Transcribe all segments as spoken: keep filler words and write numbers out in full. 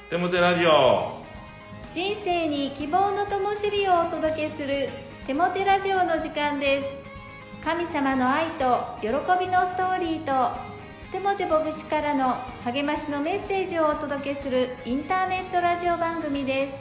テモテラジオ。 人生に希望の灯火をお届けするテモテラジオの時間です。神様の愛と喜びのストーリーとテモテ牧師からの励ましのメッセージをお届けするインターネットラジオ番組です。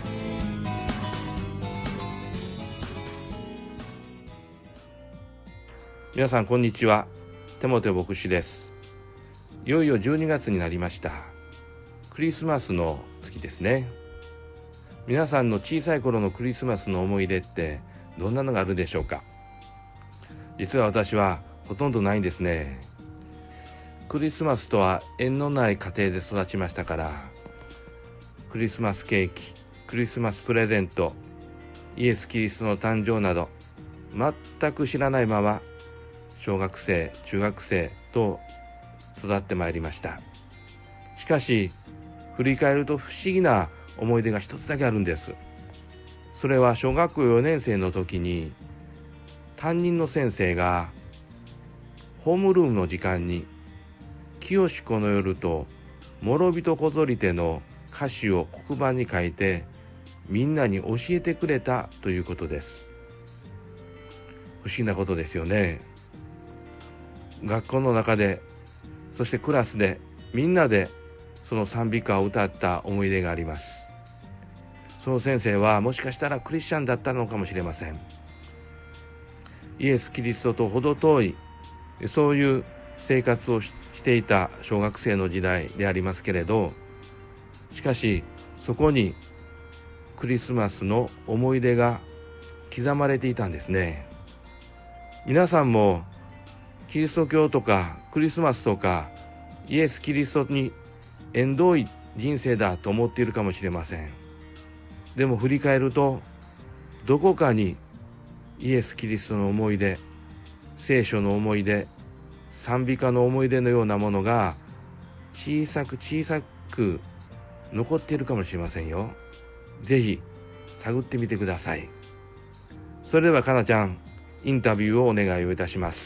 皆さんこんにちは、テモテ牧師です。いよいよじゅうにがつになりました。クリスマスの月ですね。皆さんの小さい頃のクリスマスの思い出ってどんなのがあるでしょうか。実は私はほとんどないんですね。クリスマスとは縁のない家庭で育ちましたから、クリスマスケーキ、クリスマスプレゼント、イエス・キリストの誕生など全く知らないまま小学生、中学生と育ってまいりました。しかし振り返ると不思議な思い出が一つだけあるんです。それは小学校よねん生の時に担任の先生がホームルームの時間に清しこの夜と諸人こぞりての歌詞を黒板に書いてみんなに教えてくれたということです。不思議なことですよね。学校の中で、そしてクラスでみんなでその賛美歌を歌った思い出があります。その先生はもしかしたらクリスチャンだったのかもしれません。イエス・キリストと程遠いそういう生活をしていた小学生の時代でありますけれど、しかしそこにクリスマスの思い出が刻まれていたんですね。皆さんもキリスト教とかクリスマスとかイエス・キリストに縁遠い人生だと思っているかもしれません。でも振り返るとどこかにイエス・キリストの思い出、聖書の思い出、賛美歌の思い出のようなものが小さく小さく残っているかもしれませんよ。ぜひ探ってみてください。それではかなちゃん、インタビューをお願いをいたします。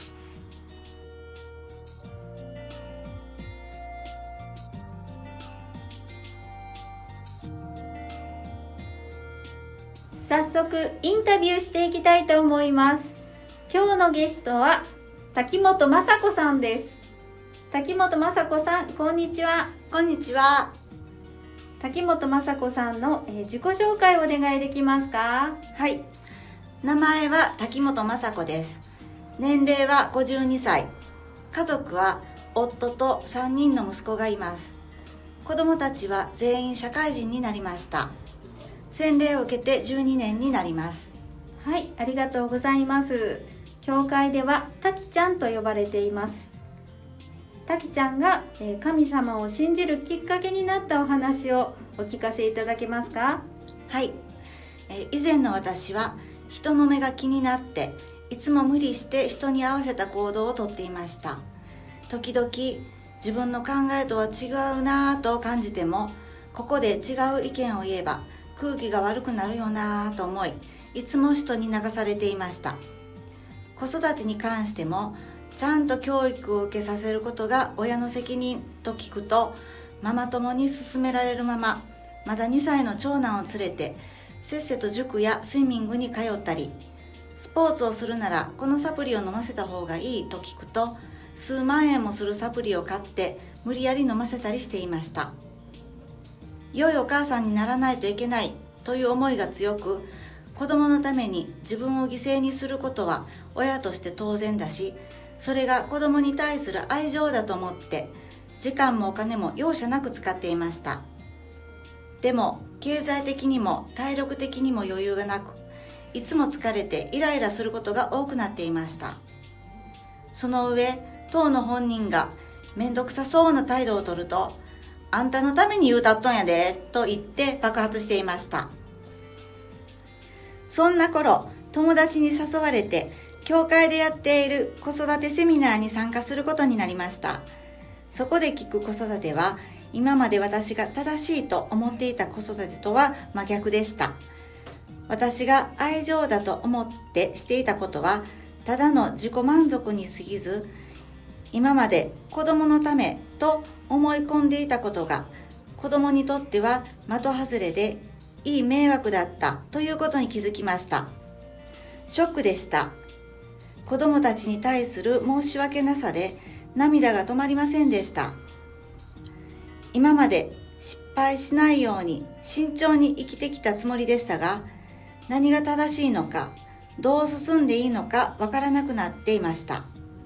早速インタビューしていきたいと思います。今日のゲストは滝本雅子さんです。滝本雅子さん、こんにちは。 こんにちは。 滝本雅子さんの、えー、自己紹介をお願いできますか。 はい、名前は滝本雅子です。年齢はごじゅうにさい。家族は夫とさんにんの息子がいます。子供たちは全員社会人になりました。洗礼を受けてじゅうにねんになります。 はい、ありがとうございます。教会では滝ちゃんと呼ばれています。滝ちゃんが神様を信じるきっかけになったお話をお聞かせいただけますか。 はい、以前の私は人の目が気になっていつも無理して人に合わせた行動をとっていました。時々自分の考えとは違うなぁと感じても、ここで違う意見を言えば空気が悪くなるよなぁと思い、いつも人に流されていました。子育てに関してもちゃんと教育を受けさせることが親の責任と聞くと、ママ友に勧められるまままだにさいの長男を連れてせっせと塾やスイミングに通ったり、スポーツをするならこのサプリを飲ませた方がいいと聞くと、数万円もするサプリを買って無理やり飲ませたりしていました。良いお母さんにならないといけないという思いが強く、子供のために自分を犠牲にすることは親として当然だし、それが子供に対する愛情だと思って時間もお金も容赦なく使っていました。でも経済的にも体力的にも余裕がなく、いつも疲れてイライラすることが多くなっていました。その上、当の本人がめんどくさそうな態度を取ると、あんたのために言うたっとんやでと言って爆発していました。そんな頃、友達に誘われて教会でやっている子育てセミナーに参加することになりました。そこで聞く子育ては、今まで私が正しいと思っていた子育てとは真逆でした。私が愛情だと思ってしていたことは、ただの自己満足に過ぎず、今まで子供のためと思い込んでいたことが子供にとっては的外れでいい迷惑だったということに気づきました。ショックでした。子供たちに対する申し訳なさで涙が止まりませんでした。今まで失敗しないように慎重に生きてきたつもりでしたが、何が正しいのか、どう進んでいいのかわからなくなっていました。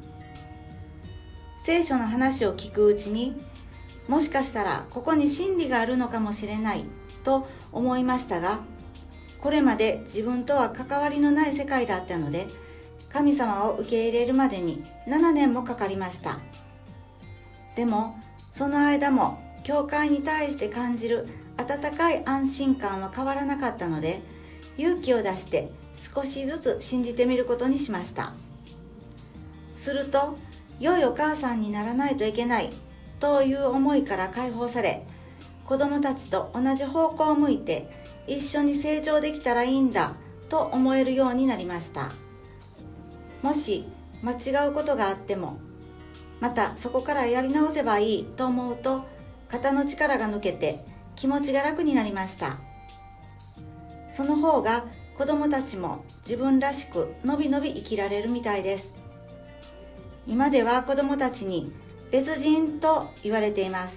聖書の話を聞くうちに、もしかしたらここに真理があるのかもしれないと思いましたが、これまで自分とは関わりのない世界だったので、神様を受け入れるまでにななねんもかかりました。でもその間も教会に対して感じる温かい安心感は変わらなかったので、勇気を出して少しずつ信じてみることにしました。すると、良いお母さんにならないといけないという思いから解放され、子供たちと同じ方向を向いて一緒に成長できたらいいんだと思えるようになりました。もし間違うことがあっても、またそこからやり直せばいいと思うと、肩の力が抜けて気持ちが楽になりました。その方が子供たちも自分らしくのびのび生きられるみたいです。今では子供たちに別人と言われています。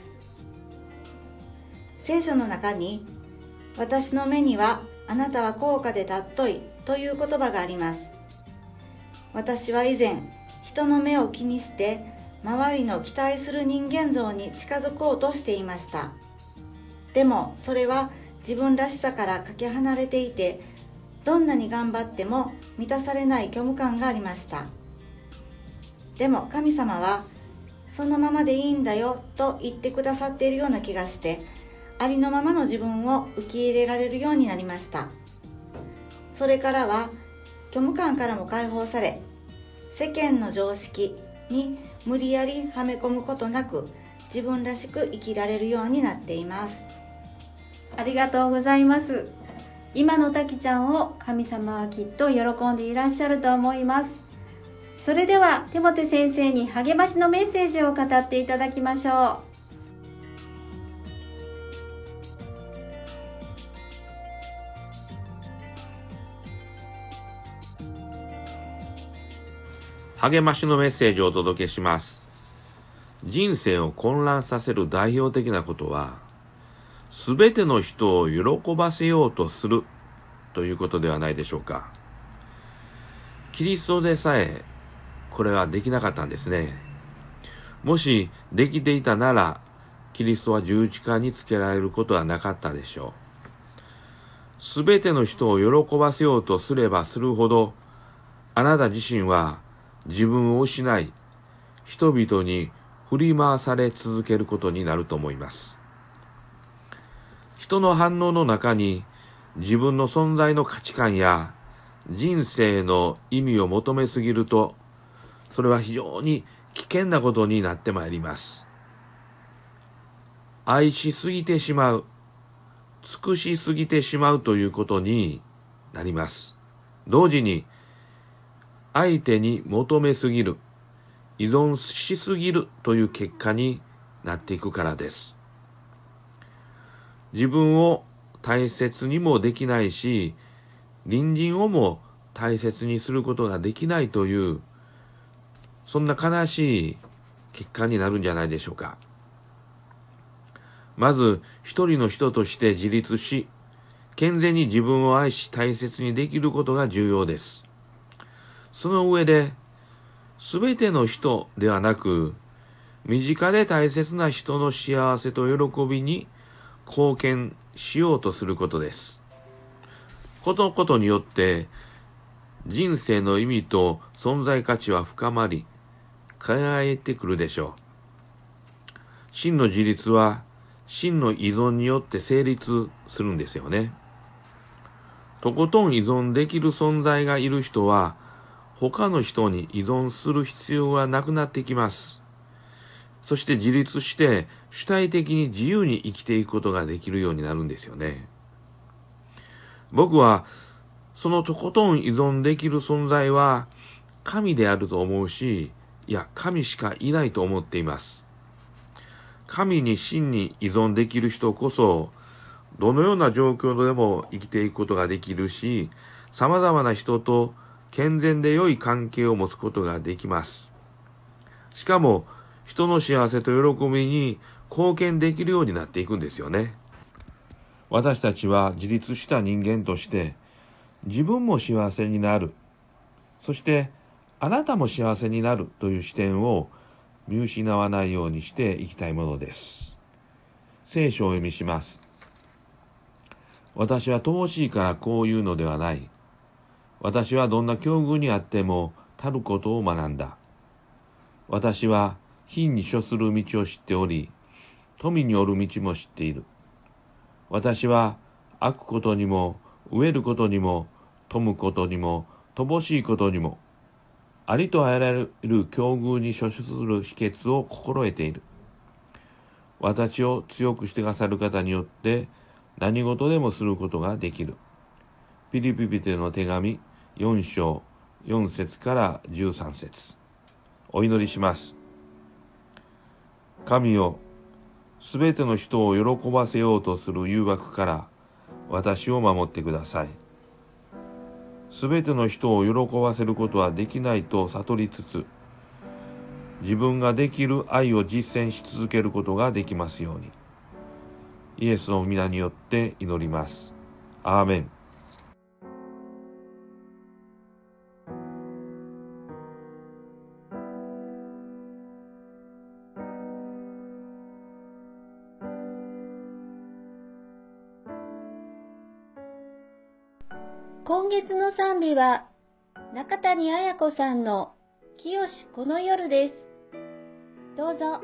聖書の中に、私の目にはあなたは高価で尊いという言葉があります。私は以前、人の目を気にして周りの期待する人間像に近づこうとしていました。でもそれは自分らしさからかけ離れていて、どんなに頑張っても満たされない虚無感がありました。でも神様は、そのままでいいんだよと言ってくださっているような気がして、ありのままの自分を受け入れられるようになりました。それからは虚無感からも解放され、世間の常識に無理やりはめ込むことなく、自分らしく生きられるようになっています。 ありがとうございます。今のたきちゃんを神様はきっと喜んでいらっしゃると思います。それではテモテ先生に励ましのメッセージを語っていただきましょう。励ましのメッセージをお届けします。人生を混乱させる代表的なことは、すべての人を喜ばせようとするということではないでしょうか。キリストでさえこれはできなかったんですね。もしできていたなら、キリストは十字架につけられることはなかったでしょう。すべての人を喜ばせようとすればするほど、あなた自身は自分を失い、人々に振り回され続けることになると思います。人の反応の中に自分の存在の価値観や人生の意味を求めすぎると、それは非常に危険なことになってまいります。愛しすぎてしまう、尽くしすぎてしまうということになります。同時に、相手に求めすぎる、依存しすぎるという結果になっていくからです。自分を大切にもできないし、隣人をも大切にすることができないという、そんな悲しい結果になるんじゃないでしょうか。まず一人の人として自立し、健全に自分を愛し大切にできることが重要です。その上で、すべての人ではなく、身近で大切な人の幸せと喜びに貢献しようとすることです。このことによって人生の意味と存在価値は深まり、輝いてくるでしょう。真の自立は真の依存によって成立するんですよね。とことん依存できる存在がいる人は、他の人に依存する必要はなくなってきます。そして自立して主体的に自由に生きていくことができるようになるんですよね。僕はそのとことん依存できる存在は神であると思うし、いや神しかいないと思っています。 神に真に依存できる人こそ、どのような状況でも生きていくことができるし、様々な人と健全で良い関係を持つことができます。しかも、人の幸せと喜びに貢献できるようになっていくんですよね。私たちは自立した人間として、自分も幸せになる、そしてあなたも幸せになるという視点を見失わないようにしていきたいものです。聖書をお読みします。私は乏しいからこういうのではない。私はどんな境遇にあっても足ることを学んだ。私は貧に処する道を知っており、富による道も知っている。私は飽くことにも、飢えることにも、富むことにも、乏しいことにも、ありとあらゆる境遇に処する秘訣を心得ている。私を強くしてくださる方によって何事でもすることができる。ピリピ人への手紙よん章よん節からじゅうさん節。お祈りします。神よ、すべての人を喜ばせようとする誘惑から私を守ってください。すべての人を喜ばせることはできないと悟りつつ、自分ができる愛を実践し続けることができますように。イエスの皆によって祈ります。アーメン。 今月の賛美は中谷彩子さんの清しこの夜です。どうぞ。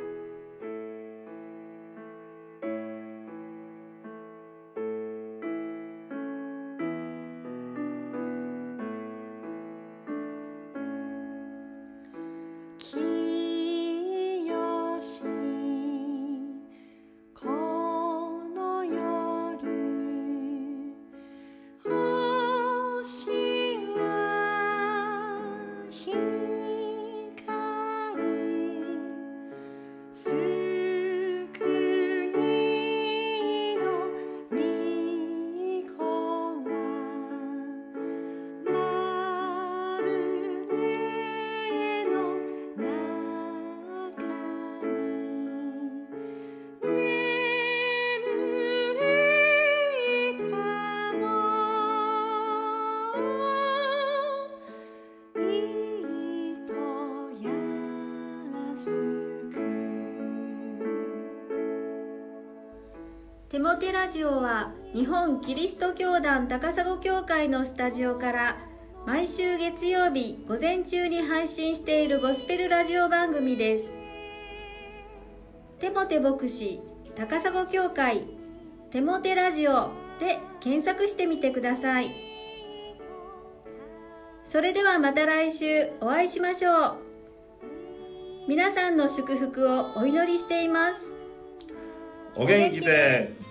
テモテラジオは日本キリスト教団高砂教会のスタジオから毎週月曜日午前中に配信しているゴスペルラジオ番組です。テモテ牧師高砂教会テモテラジオで検索してみてください。それではまた来週お会いしましょう。皆さんの祝福をお祈りしています。 お元気で。